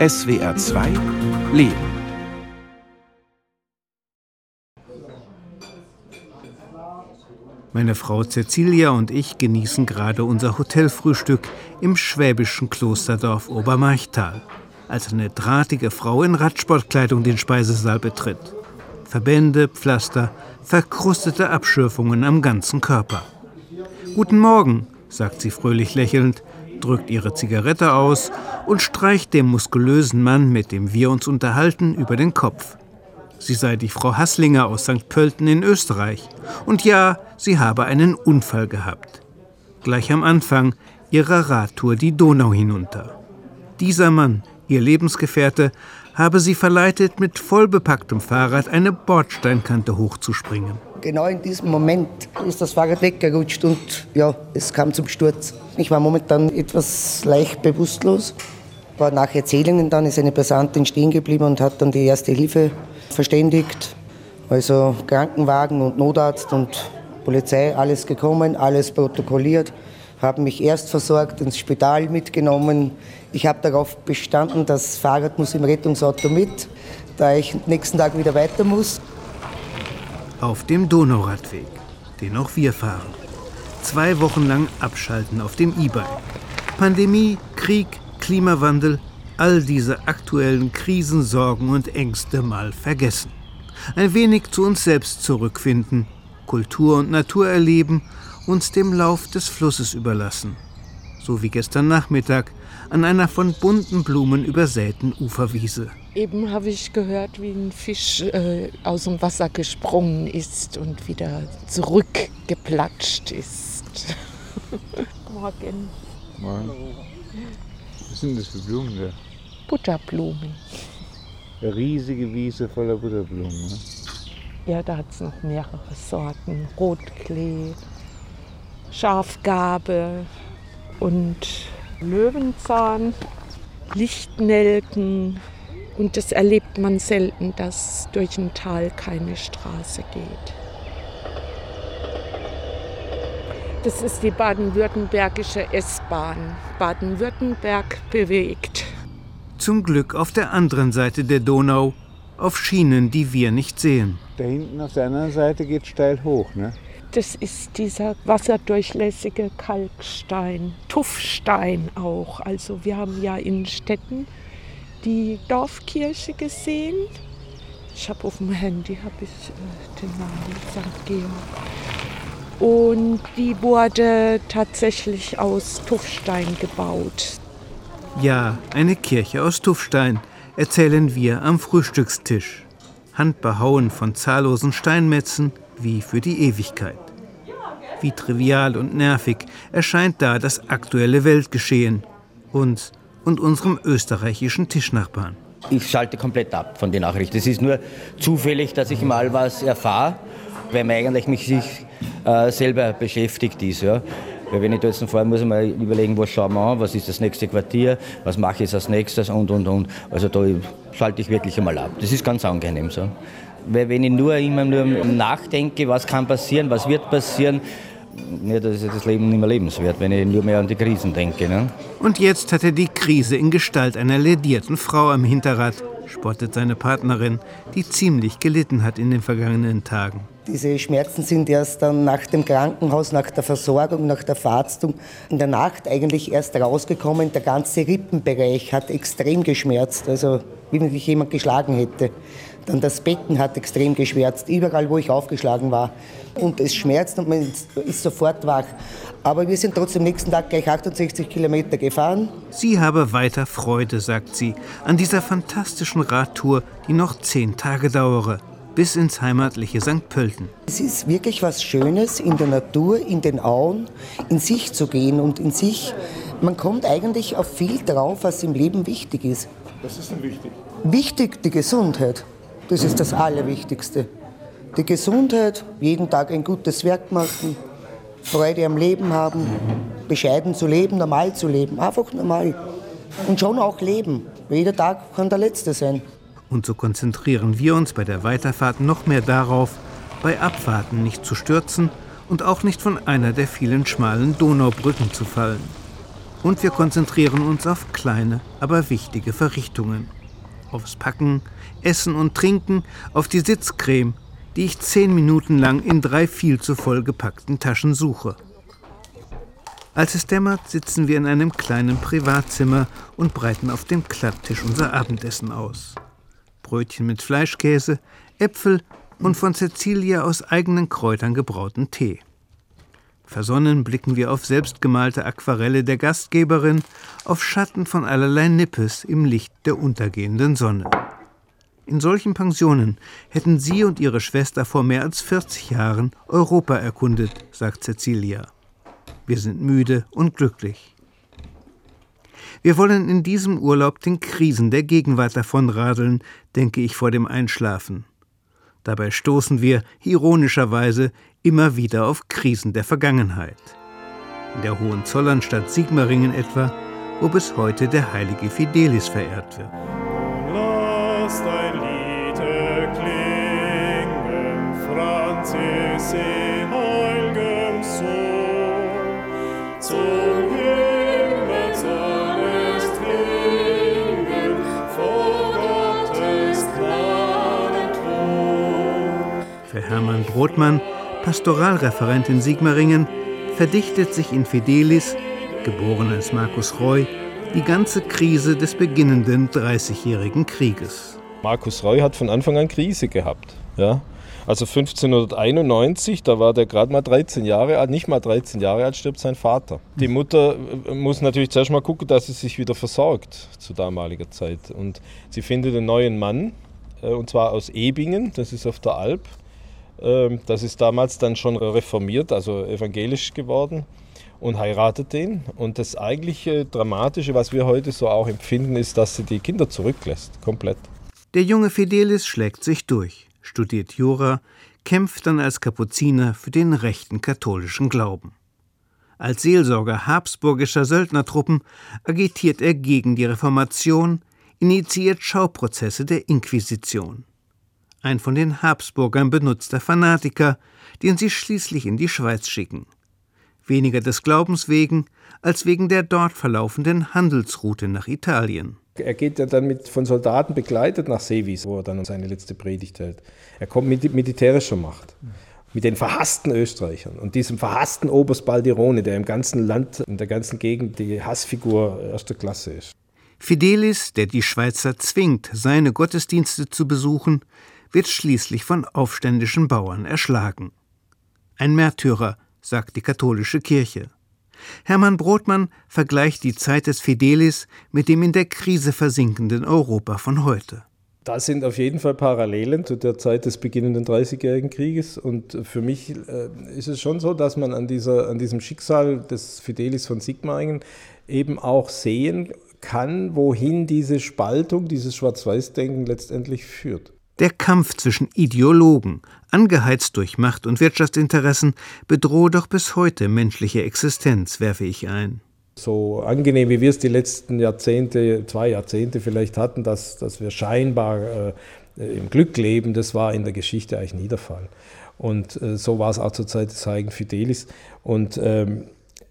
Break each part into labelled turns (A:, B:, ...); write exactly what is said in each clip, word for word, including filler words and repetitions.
A: S W R zwei Leben.
B: Meine Frau Cäcilia und ich genießen gerade unser Hotelfrühstück im schwäbischen Klosterdorf Obermarchtal, als eine drahtige Frau in Radsportkleidung den Speisesaal betritt. Verbände, Pflaster, verkrustete Abschürfungen am ganzen Körper. »Guten Morgen«, sagt sie fröhlich lächelnd, drückt ihre Zigarette aus und streicht dem muskulösen Mann, mit dem wir uns unterhalten, über den Kopf. Sie sei die Frau Hasslinger aus Sankt Pölten in Österreich. Und ja, sie habe einen Unfall gehabt. Gleich am Anfang ihrer Radtour die Donau hinunter. Dieser Mann, ihr Lebensgefährte, habe sie verleitet, mit vollbepacktem Fahrrad eine Bordsteinkante hochzuspringen.
C: Genau in diesem Moment ist das Fahrrad weggerutscht und ja, es kam zum Sturz. Ich war momentan etwas leicht bewusstlos. Aber nach Erzählungen dann ist eine Passantin stehen geblieben und hat dann die Erste Hilfe verständigt. Also Krankenwagen und Notarzt und Polizei, alles gekommen, alles protokolliert. Haben mich erst versorgt, ins Spital mitgenommen. Ich habe darauf bestanden, das Fahrrad muss im Rettungsauto mit, da ich nächsten Tag wieder weiter muss.
B: Auf dem Donauradweg, den auch wir fahren. Zwei Wochen lang abschalten auf dem E-Bike. Pandemie, Krieg, Klimawandel, all diese aktuellen Krisen, Sorgen und Ängste mal vergessen. Ein wenig zu uns selbst zurückfinden, Kultur und Natur erleben, uns dem Lauf des Flusses überlassen. So wie gestern Nachmittag an einer von bunten Blumen übersäten Uferwiese.
D: Eben habe ich gehört, wie ein Fisch äh, aus dem Wasser gesprungen ist und wieder zurückgeplatscht ist. Morgen.
E: Morgen. Was sind das für Blumen da?
D: Butterblumen.
E: Eine riesige Wiese voller Butterblumen. Ne?
D: Ja, da hat es noch mehrere Sorten. Rotklee, Schafgarbe und Löwenzahn, Lichtnelken. Und das erlebt man selten, dass durch ein Tal keine Straße geht. Das ist die baden-württembergische S-Bahn. Baden-Württemberg bewegt.
B: Zum Glück auf der anderen Seite der Donau, auf Schienen, die wir nicht sehen.
E: Da hinten auf der anderen Seite geht steil hoch, ne?
D: Das ist dieser wasserdurchlässige Kalkstein, Tuffstein auch. Also wir haben ja in Städten die Dorfkirche gesehen. Ich habe auf dem Handy hab ich, äh, den Namen Sankt Georg. Und die wurde tatsächlich aus Tuffstein gebaut.
B: Ja, eine Kirche aus Tuffstein, erzählen wir am Frühstückstisch. Handbehauen von zahllosen Steinmetzen, wie für die Ewigkeit. Wie trivial und nervig erscheint da das aktuelle Weltgeschehen. Uns und unserem österreichischen Tischnachbarn.
F: Ich schalte komplett ab von den Nachrichten. Es ist nur zufällig, dass ich mal was erfahre, weil man eigentlich mich sich äh, selber beschäftigt ist. Ja. Weil wenn ich da jetzt fahre, muss ich mir überlegen, was schauen wir an, was ist das nächste Quartier, was mache ich jetzt als nächstes und, und, und. Also da schalte ich wirklich einmal ab. Das ist ganz angenehm so. Weil wenn ich nur immer nur nachdenke, was kann passieren, was wird passieren, ja, das ist das Leben nicht mehr lebenswert, wenn ich nur mehr an die Krisen denke. Ne?
B: Und jetzt hat er die Krise in Gestalt einer ledierten Frau am Hinterrad, spottet seine Partnerin, die ziemlich gelitten hat in den vergangenen Tagen.
C: Diese Schmerzen sind erst dann nach dem Krankenhaus, nach der Versorgung, nach der Verarztung in der Nacht eigentlich erst rausgekommen. Der ganze Rippenbereich hat extrem geschmerzt, also wie wenn mich jemand geschlagen hätte. Dann das Becken hat extrem geschmerzt, überall wo ich aufgeschlagen war. Und es schmerzt und man ist sofort wach. Aber wir sind trotzdem am nächsten Tag gleich achtundsechzig Kilometer gefahren.
B: Sie habe weiter Freude, sagt sie, an dieser fantastischen Radtour, die noch zehn Tage dauere, bis ins heimatliche Sankt Pölten.
C: Es ist wirklich was Schönes, in der Natur, in den Auen, in sich zu gehen und in sich. Man kommt eigentlich auf viel drauf, was im Leben wichtig ist.
E: Was ist denn wichtig?
C: Wichtig die Gesundheit. Das ist das Allerwichtigste. Die Gesundheit, jeden Tag ein gutes Werk machen, Freude am Leben haben, bescheiden zu leben, normal zu leben, einfach normal. Und schon auch leben. Jeder Tag kann der letzte sein.
B: Und so konzentrieren wir uns bei der Weiterfahrt noch mehr darauf, bei Abfahrten nicht zu stürzen und auch nicht von einer der vielen schmalen Donaubrücken zu fallen. Und wir konzentrieren uns auf kleine, aber wichtige Verrichtungen. Aufs Packen, Essen und Trinken, auf die Sitzcreme, die ich zehn Minuten lang in drei viel zu voll gepackten Taschen suche. Als es dämmert, sitzen wir in einem kleinen Privatzimmer und breiten auf dem Klapptisch unser Abendessen aus. Brötchen mit Fleischkäse, Äpfel und von Cecilia aus eigenen Kräutern gebrauten Tee. Versonnen blicken wir auf selbstgemalte Aquarelle der Gastgeberin, auf Schatten von allerlei Nippes im Licht der untergehenden Sonne. In solchen Pensionen hätten sie und ihre Schwester vor mehr als vierzig Jahren Europa erkundet, sagt Cecilia. Wir sind müde und glücklich. Wir wollen in diesem Urlaub den Krisen der Gegenwart davonradeln, denke ich vor dem Einschlafen. Dabei stoßen wir, ironischerweise, immer wieder auf Krisen der Vergangenheit. In der Hohenzollernstadt Sigmaringen etwa, wo bis heute der heilige Fidelis verehrt wird.
G: Lass dein Lied erklingen, Franzis in heil'gem Sohn. Zum Himmel soll es dringen, vor Gottes klaren Thron.
B: Für Hermann Brodmann, Pastoralreferent in Sigmaringen, verdichtet sich in Fidelis, geboren als Markus Roy, die ganze Krise des beginnenden dreißigjährigen Krieges.
H: Markus Roy hat von Anfang an Krise gehabt. Ja? Also fünfzehnhunderteinundneunzig, da war der gerade mal dreizehn Jahre alt, nicht mal dreizehn Jahre alt, stirbt sein Vater. Die Mutter muss natürlich zuerst mal gucken, dass sie sich wieder versorgt zu damaliger Zeit. Und sie findet einen neuen Mann, und zwar aus Ebingen, das ist auf der Alp. Das ist damals dann schon reformiert, also evangelisch geworden, und heiratet den. Und das eigentliche Dramatische, was wir heute so auch empfinden, ist, dass sie die Kinder zurücklässt, komplett.
B: Der junge Fidelis schlägt sich durch, studiert Jura, kämpft dann als Kapuziner für den rechten katholischen Glauben. Als Seelsorger habsburgischer Söldnertruppen agitiert er gegen die Reformation, initiiert Schauprozesse der Inquisition. Ein von den Habsburgern benutzter Fanatiker, den sie schließlich in die Schweiz schicken. Weniger des Glaubens wegen, als wegen der dort verlaufenden Handelsroute nach Italien.
H: Er geht ja dann mit, von Soldaten begleitet nach Sevis, wo er dann seine letzte Predigt hält. Er kommt mit militärischer Macht, mit den verhassten Österreichern und diesem verhassten Oberst Baldirone, der im ganzen Land, in der ganzen Gegend die Hassfigur erster Klasse ist.
B: Fidelis, der die Schweizer zwingt, seine Gottesdienste zu besuchen, wird schließlich von aufständischen Bauern erschlagen. Ein Märtyrer, sagt die katholische Kirche. Hermann Brodmann vergleicht die Zeit des Fidelis mit dem in der Krise versinkenden Europa von heute.
H: Das sind auf jeden Fall Parallelen zu der Zeit des beginnenden dreißigjährigen Krieges. Und für mich äh, ist es schon so, dass man an, dieser, an diesem Schicksal des Fidelis von Sigmaringen eben auch sehen kann, wohin diese Spaltung, dieses Schwarz-Weiß-Denken letztendlich führt.
B: Der Kampf zwischen Ideologen, angeheizt durch Macht- und Wirtschaftsinteressen, bedrohe doch bis heute menschliche Existenz, werfe ich ein.
H: So angenehm, wie wir es die letzten Jahrzehnte, zwei Jahrzehnte vielleicht hatten, dass, dass wir scheinbar äh, im Glück leben, das war in der Geschichte eigentlich nie der Fall. Und äh, so war es auch zur Zeit des heiligen Fidelis. Und ähm,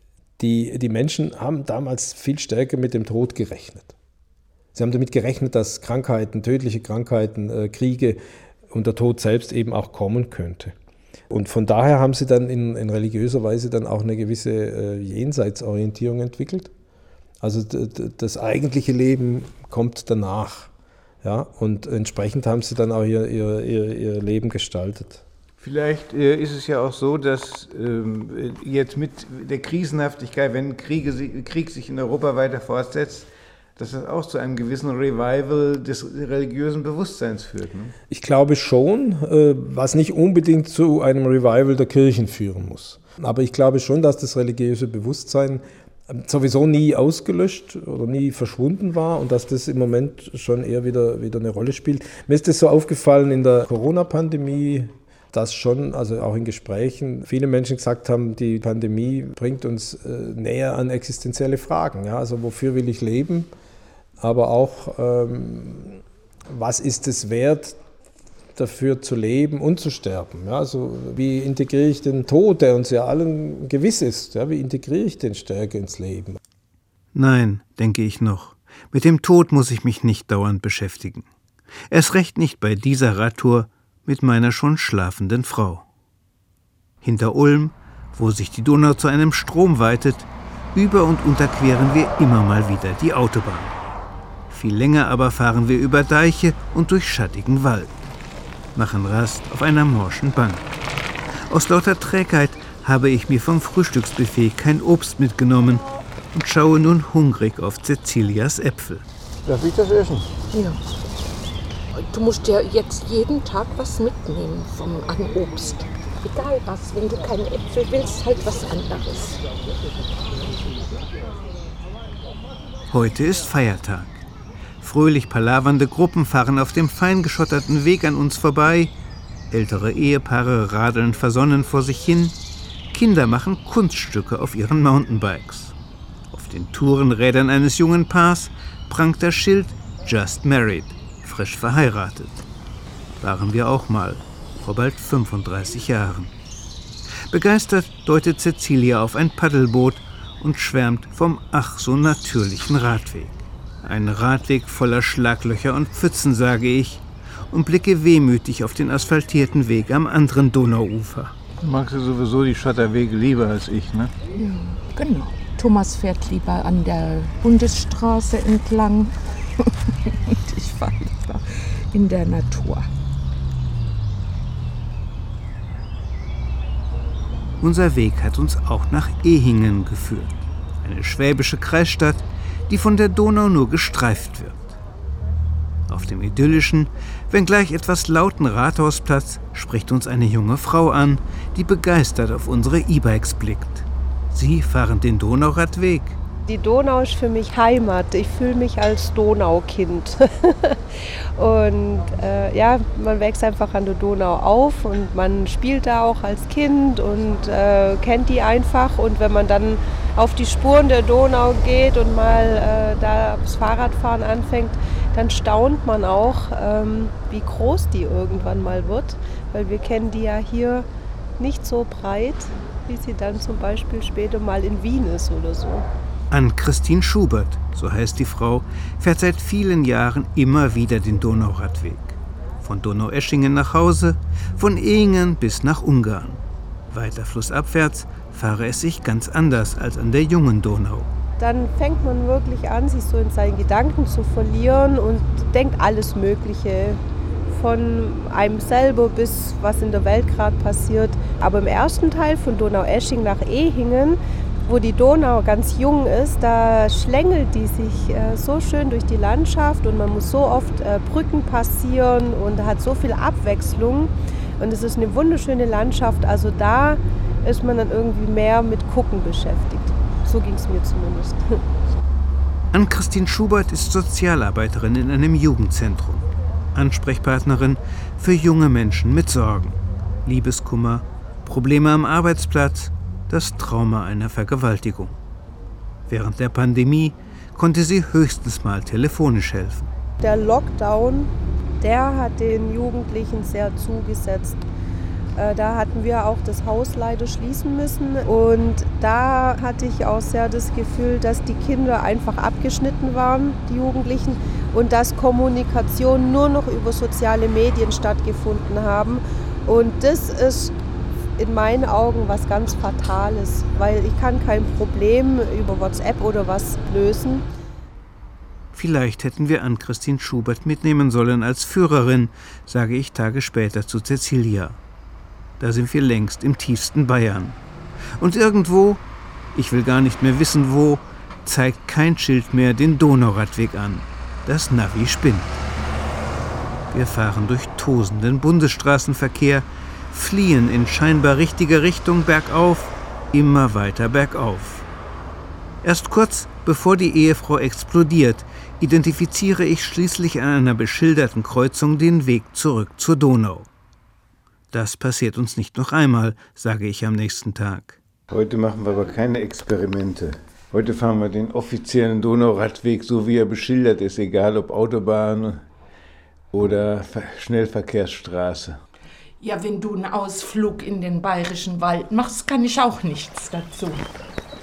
H: die, die Menschen haben damals viel stärker mit dem Tod gerechnet. Sie haben damit gerechnet, dass Krankheiten, tödliche Krankheiten, äh, Kriege und der Tod selbst eben auch kommen könnte. Und von daher haben sie dann in, in religiöser Weise dann auch eine gewisse äh, Jenseitsorientierung entwickelt. Also d- d- das eigentliche Leben kommt danach. Ja? Und entsprechend haben sie dann auch ihr, ihr, ihr, ihr Leben gestaltet.
I: Vielleicht äh, ist es ja auch so, dass ähm, jetzt mit der Krisenhaftigkeit, wenn Kriege, Krieg sich in Europa weiter fortsetzt, dass das auch zu einem gewissen Revival des religiösen Bewusstseins führt. Ne?
H: Ich glaube schon, was nicht unbedingt zu einem Revival der Kirchen führen muss. Aber ich glaube schon, dass das religiöse Bewusstsein sowieso nie ausgelöscht oder nie verschwunden war und dass das im Moment schon eher wieder, wieder eine Rolle spielt. Mir ist das so aufgefallen in der Corona-Pandemie, dass schon, also auch in Gesprächen, viele Menschen gesagt haben, die Pandemie bringt uns näher an existenzielle Fragen. Ja? Also wofür will ich leben? Aber auch, ähm, was ist es wert, dafür zu leben und zu sterben? Ja, also wie integriere ich den Tod, der uns ja allen gewiss ist? Ja, wie integriere ich den stärker ins Leben?
B: Nein, denke ich noch, mit dem Tod muss ich mich nicht dauernd beschäftigen. Erst recht nicht bei dieser Radtour mit meiner schon schlafenden Frau. Hinter Ulm, wo sich die Donau zu einem Strom weitet, über- und unterqueren wir immer mal wieder die Autobahn. Viel länger aber fahren wir über Deiche und durch schattigen Wald, machen Rast auf einer morschen Bank. Aus lauter Trägheit habe ich mir vom Frühstücksbuffet kein Obst mitgenommen und schaue nun hungrig auf Cäcilias Äpfel.
I: Darf ich das essen?
D: Ja. Du musst dir jetzt jeden Tag was mitnehmen vom, an Obst. Egal was, wenn du keine Äpfel willst, halt was anderes.
B: Heute ist Feiertag. Fröhlich palavernde Gruppen fahren auf dem fein geschotterten Weg an uns vorbei. Ältere Ehepaare radeln versonnen vor sich hin. Kinder machen Kunststücke auf ihren Mountainbikes. Auf den Tourenrädern eines jungen Paars prangt das Schild Just Married, frisch verheiratet. Waren wir auch mal, vor bald fünfunddreißig Jahren. Begeistert deutet Cäcilia auf ein Paddelboot und schwärmt vom ach so natürlichen Radweg. Ein Radweg voller Schlaglöcher und Pfützen, sage ich, und blicke wehmütig auf den asphaltierten Weg am anderen Donauufer.
I: Magst du sowieso die Schotterwege lieber als ich, ne?
D: Ja, genau. Thomas fährt lieber an der Bundesstraße entlang und ich fahre lieber in der Natur.
B: Unser Weg hat uns auch nach Ehingen geführt, eine schwäbische Kreisstadt, die von der Donau nur gestreift wird. Auf dem idyllischen, wenngleich etwas lauten Rathausplatz spricht uns eine junge Frau an, die begeistert auf unsere E-Bikes blickt. Sie fahren den Donauradweg.
J: Die Donau ist für mich Heimat. Ich fühle mich als Donaukind. Und äh, ja, man wächst einfach an der Donau auf und man spielt da auch als Kind und äh, kennt die einfach. Und wenn man dann auf die Spuren der Donau geht und mal äh, da das Fahrradfahren anfängt, dann staunt man auch, ähm, wie groß die irgendwann mal wird. Weil wir kennen die ja hier nicht so breit, wie sie dann zum Beispiel später mal in Wien ist oder so.
B: Ann-Christine Schubert, so heißt die Frau, fährt seit vielen Jahren immer wieder den Donauradweg. Von Donaueschingen nach Hause, von Ehingen bis nach Ungarn. Weiter flussabwärts fahre es sich ganz anders als an der jungen Donau.
J: Dann fängt man wirklich an, sich so in seinen Gedanken zu verlieren und denkt alles Mögliche. Von einem selber bis was in der Welt gerade passiert. Aber im ersten Teil von Donaueschingen nach Ehingen, wo die Donau ganz jung ist, da schlängelt die sich äh, so schön durch die Landschaft und man muss so oft äh, Brücken passieren und hat so viel Abwechslung. Und es ist eine wunderschöne Landschaft, also da ist man dann irgendwie mehr mit Gucken beschäftigt. So ging es mir zumindest.
B: Ann-Christine Schubert ist Sozialarbeiterin in einem Jugendzentrum. Ansprechpartnerin für junge Menschen mit Sorgen, Liebeskummer, Probleme am Arbeitsplatz, das Trauma einer Vergewaltigung. Während der Pandemie konnte sie höchstens mal telefonisch helfen.
J: Der Lockdown, der hat den Jugendlichen sehr zugesetzt. Da hatten wir auch das Haus leider schließen müssen und da hatte ich auch sehr das Gefühl, dass die Kinder einfach abgeschnitten waren, die Jugendlichen, und dass Kommunikation nur noch über soziale Medien stattgefunden haben. Und das ist in meinen Augen was ganz Fatales, weil ich kann kein Problem über WhatsApp oder was lösen.
B: Vielleicht hätten wir Ann-Christine Schubert mitnehmen sollen als Führerin, sage ich Tage später zu Cäcilia. Da sind wir längst im tiefsten Bayern. Und irgendwo, ich will gar nicht mehr wissen wo, zeigt kein Schild mehr den Donauradweg an. Das Navi spinnt. Wir fahren durch tosenden Bundesstraßenverkehr, fliehen in scheinbar richtige Richtung bergauf, immer weiter bergauf. Erst kurz bevor die Ehefrau explodiert, identifiziere ich schließlich an einer beschilderten Kreuzung den Weg zurück zur Donau. Das passiert uns nicht noch einmal, sage ich am nächsten Tag.
I: Heute machen wir aber keine Experimente. Heute fahren wir den offiziellen Donauradweg, so wie er beschildert ist, egal ob Autobahn oder Schnellverkehrsstraße.
D: Ja, wenn du einen Ausflug in den Bayerischen Wald machst, kann ich auch nichts dazu.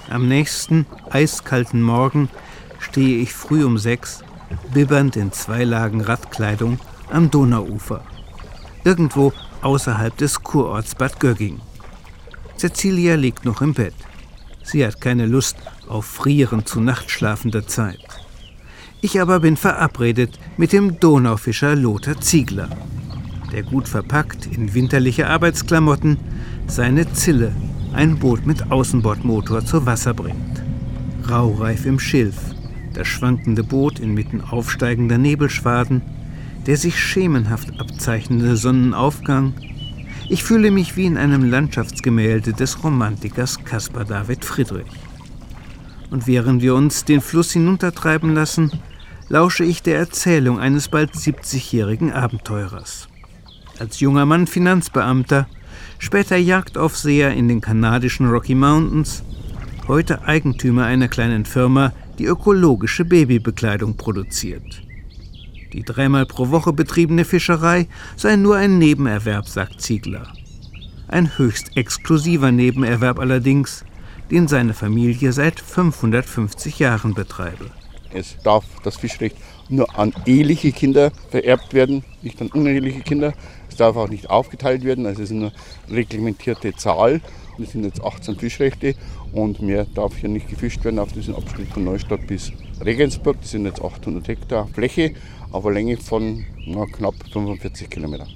B: Am nächsten, eiskalten Morgen stehe ich früh um sechs, bibbernd in zwei Lagen Radkleidung, am Donauufer. Irgendwo außerhalb des Kurorts Bad Gögging. Cäcilia liegt noch im Bett. Sie hat keine Lust auf Frieren zu nachtschlafender Zeit. Ich aber bin verabredet mit dem Donaufischer Lothar Ziegler, der gut verpackt in winterliche Arbeitsklamotten seine Zille, ein Boot mit Außenbordmotor, zu Wasser bringt. Raureif im Schilf, das schwankende Boot inmitten aufsteigender Nebelschwaden, der sich schemenhaft abzeichnende Sonnenaufgang. Ich fühle mich wie in einem Landschaftsgemälde des Romantikers Caspar David Friedrich. Und während wir uns den Fluss hinuntertreiben lassen, lausche ich der Erzählung eines bald siebzigjährigen Abenteurers. Als junger Mann Finanzbeamter, später Jagdaufseher in den kanadischen Rocky Mountains, heute Eigentümer einer kleinen Firma, die ökologische Babybekleidung produziert. Die dreimal pro Woche betriebene Fischerei sei nur ein Nebenerwerb, sagt Ziegler. Ein höchst exklusiver Nebenerwerb allerdings, den seine Familie seit fünfhundertfünfzig Jahren betreibe.
K: Es darf das Fischrecht nur an eheliche Kinder vererbt werden, nicht an uneheliche Kinder. Es darf auch nicht aufgeteilt werden, also es ist eine reglementierte Zahl. Es sind jetzt achtzehn Fischrechte und mehr darf hier nicht gefischt werden auf diesem Abschnitt von Neustadt bis Regensburg. Das sind jetzt achthundert Hektar Fläche auf einer Länge von na, knapp fünfundvierzig Kilometern.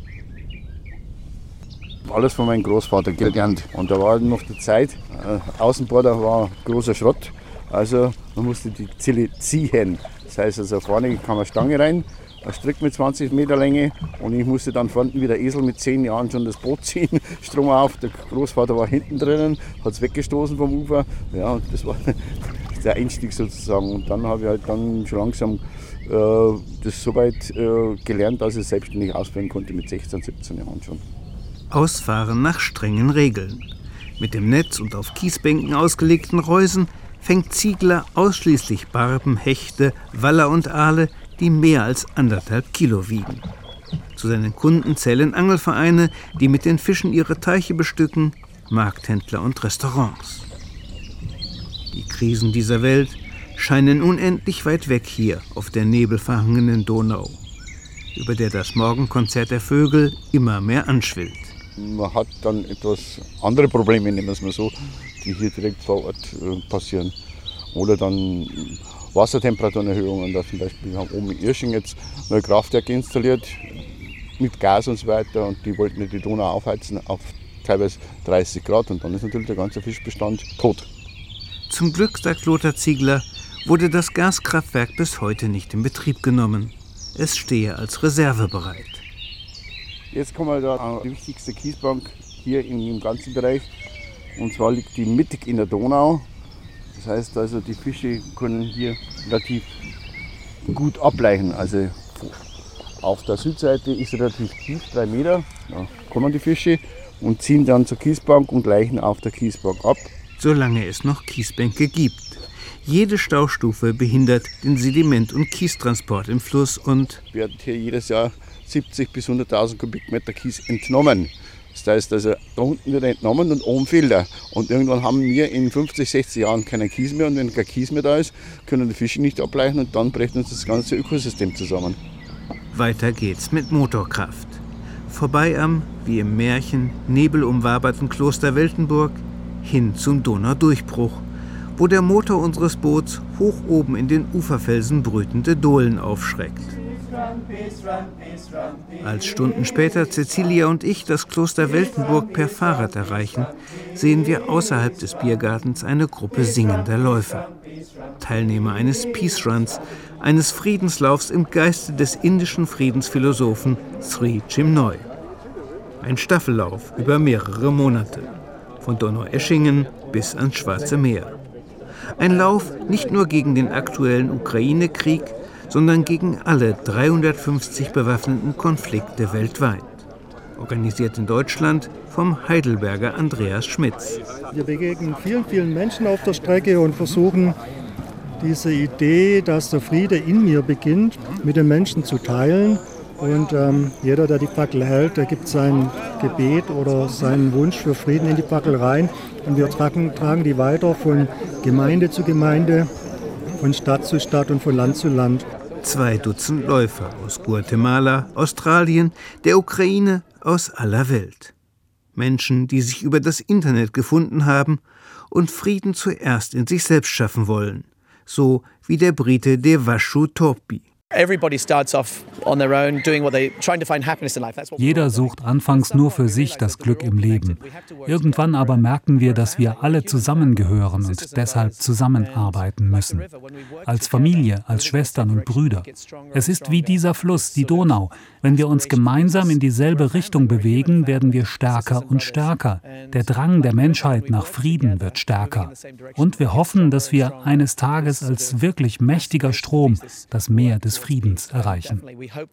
K: Alles von meinem Großvater gelernt. Und da war noch die Zeit, äh, Außenborder war großer Schrott. Also man musste die Zille ziehen. Das heißt, also vorne kam eine Stange rein, ein Strick mit zwanzig Meter Länge und ich musste dann vorne wie der Esel mit zehn Jahren schon das Boot ziehen, Strom auf. Der Großvater war hinten drinnen, hat es weggestoßen vom Ufer. Ja, und das war der Einstieg sozusagen. Und dann habe ich halt dann schon langsam äh, das so weit äh, gelernt, dass ich selbstständig ausfahren konnte mit sechzehn, siebzehn Jahren schon.
B: Ausfahren nach strengen Regeln. Mit dem Netz und auf Kiesbänken ausgelegten Reusen fängt Ziegler ausschließlich Barben, Hechte, Waller und Aale, die mehr als anderthalb Kilo wiegen. Zu seinen Kunden zählen Angelvereine, die mit den Fischen ihre Teiche bestücken, Markthändler und Restaurants. Die Krisen dieser Welt scheinen unendlich weit weg hier auf der nebelverhangenen Donau, über der das Morgenkonzert der Vögel immer mehr anschwillt.
K: Man hat dann etwas andere Probleme, nehmen wir es mal so, die hier direkt vor Ort äh, passieren. Oder dann Wassertemperaturenerhöhungen. Da zum Beispiel haben oben in Irsching jetzt neue Kraftwerke installiert mit Gas und so weiter. Und die wollten die Donau aufheizen auf teilweise dreißig Grad. Und dann ist natürlich der ganze Fischbestand tot.
B: Zum Glück, sagt Lothar Ziegler, wurde das Gaskraftwerk bis heute nicht in Betrieb genommen. Es stehe als Reserve bereit.
K: Jetzt kommen wir da an die wichtigste Kiesbank hier im ganzen Bereich. Und zwar liegt die mittig in der Donau. Das heißt also, die Fische können hier relativ gut ableichen. Also auf der Südseite ist relativ tief, drei Meter. Da kommen die Fische und ziehen dann zur Kiesbank und leichen auf der Kiesbank ab.
B: Solange es noch Kiesbänke gibt. Jede Staustufe behindert den Sediment- und Kiestransport im Fluss und
K: wird hier jedes Jahr siebzig bis hunderttausend Kubikmeter Kies entnommen. Das heißt also, da unten wird er entnommen und oben fehlt er. Und irgendwann haben wir in fünfzig, sechzig Jahren keinen Kies mehr. Und wenn kein Kies mehr da ist, können die Fische nicht ableichen und dann bricht uns das ganze Ökosystem zusammen.
B: Weiter geht's mit Motorkraft. Vorbei am, wie im Märchen, nebelumwaberten Kloster Weltenburg, hin zum Donaudurchbruch, wo der Motor unseres Boots hoch oben in den Uferfelsen brütende Dohlen aufschreckt. Als Stunden später Cäcilia und ich das Kloster Weltenburg per Fahrrad erreichen, sehen wir außerhalb des Biergartens eine Gruppe singender Läufer. Teilnehmer eines Peace Runs, eines Friedenslaufs im Geiste des indischen Friedensphilosophen Sri Chinmoy. Ein Staffellauf über mehrere Monate, von Donaueschingen bis ans Schwarze Meer. Ein Lauf nicht nur gegen den aktuellen Ukraine-Krieg, sondern gegen alle dreihundertfünfzig bewaffneten Konflikte weltweit. Organisiert in Deutschland vom Heidelberger Andreas Schmitz.
L: Wir begegnen vielen, vielen Menschen auf der Strecke und versuchen, diese Idee, dass der Friede in mir beginnt, mit den Menschen zu teilen Und ähm, jeder, der die Fackel hält, der gibt sein Gebet oder seinen Wunsch für Frieden in die Fackel rein. Und wir tragen, tragen die weiter von Gemeinde zu Gemeinde, von Stadt zu Stadt und von Land zu Land.
B: Zwei Dutzend Läufer aus Guatemala, Australien, der Ukraine, aus aller Welt. Menschen, die sich über das Internet gefunden haben und Frieden zuerst in sich selbst schaffen wollen. So wie der Brite Devashu Topi.
M: Jeder sucht anfangs nur für sich das Glück im Leben. Irgendwann aber merken wir, dass wir alle zusammengehören und deshalb zusammenarbeiten müssen. Als Familie, als Schwestern und Brüder. Es ist wie dieser Fluss, die Donau. Wenn wir uns gemeinsam in dieselbe Richtung bewegen, werden wir stärker und stärker. Der Drang der Menschheit nach Frieden wird stärker. Und wir hoffen, dass wir eines Tages als wirklich mächtiger Strom das Meer des Friedens erreichen.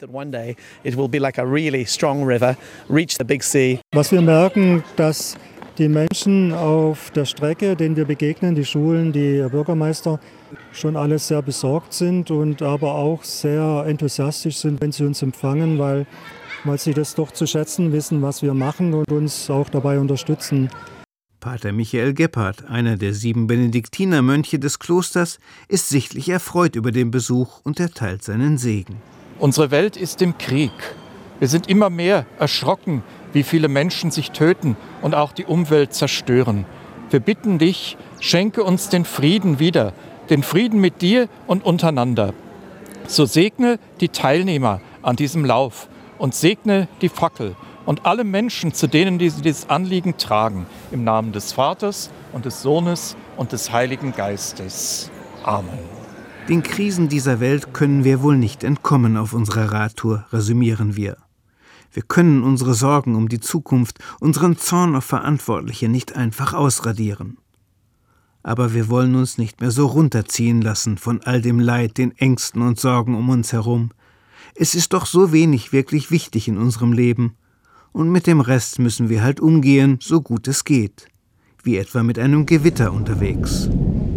L: Was wir merken, dass die Menschen auf der Strecke, denen wir begegnen, die Schulen, die Bürgermeister, schon alle sehr besorgt sind und aber auch sehr enthusiastisch sind, wenn sie uns empfangen, weil, weil sie das doch zu schätzen wissen, was wir machen und uns auch dabei unterstützen.
B: Pater Michael Gebhardt, einer der sieben Benediktinermönche des Klosters, ist sichtlich erfreut über den Besuch und erteilt seinen Segen.
N: Unsere Welt ist im Krieg. Wir sind immer mehr erschrocken, wie viele Menschen sich töten und auch die Umwelt zerstören. Wir bitten dich, schenke uns den Frieden wieder, den Frieden mit dir und untereinander. So segne die Teilnehmer an diesem Lauf und segne die Fackel und alle Menschen, zu denen die dieses Anliegen tragen, im Namen des Vaters und des Sohnes und des Heiligen Geistes. Amen.
B: Den Krisen dieser Welt können wir wohl nicht entkommen auf unserer Radtour, resümieren wir. Wir können unsere Sorgen um die Zukunft, unseren Zorn auf Verantwortliche nicht einfach ausradieren. Aber wir wollen uns nicht mehr so runterziehen lassen von all dem Leid, den Ängsten und Sorgen um uns herum. Es ist doch so wenig wirklich wichtig in unserem Leben. Und mit dem Rest müssen wir halt umgehen, so gut es geht. Wie etwa mit einem Gewitter unterwegs.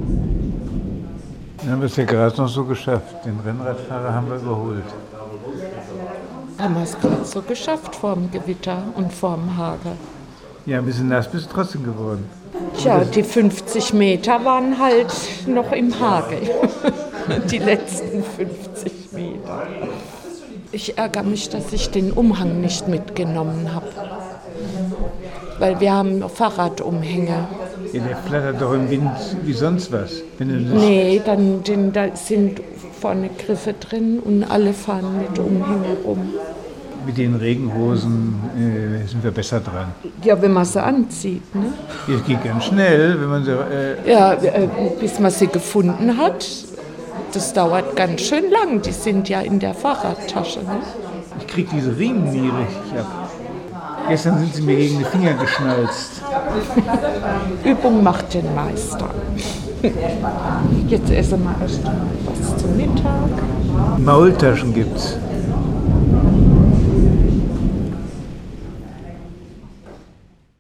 I: Wir haben es ja gerade noch so geschafft. Den Rennradfahrer haben wir überholt.
D: Haben wir es gerade so geschafft vor dem Gewitter und vor dem Hagel.
I: Ja, ein bisschen nass bist du trotzdem geworden.
D: Tja, die fünfzig Meter waren halt noch im Hagel. Die letzten fünfzig Meter. Ich ärgere mich, dass ich den Umhang nicht mitgenommen habe. Weil wir haben Fahrradumhänge.
I: Ja, der flattert doch im Wind wie sonst was. Wenn du das
D: nee, dann den, da sind vorne Griffe drin und alle fahren mit Umhängen rum.
I: Mit den Regenhosen äh, sind wir besser dran.
D: Ja, wenn man sie anzieht, ne?
I: Es geht ganz schnell, wenn man sie... Äh
D: ja, äh, bis man sie gefunden hat. Das dauert ganz schön lang. Die sind ja in der Fahrradtasche. Ne?
I: Ich kriege diese Riemen nie richtig ab. Gestern sind sie mir gegen die Finger geschnalzt.
D: Übung macht den Meister. Jetzt essen wir erst mal was zum Mittag.
I: Maultaschen gibt's.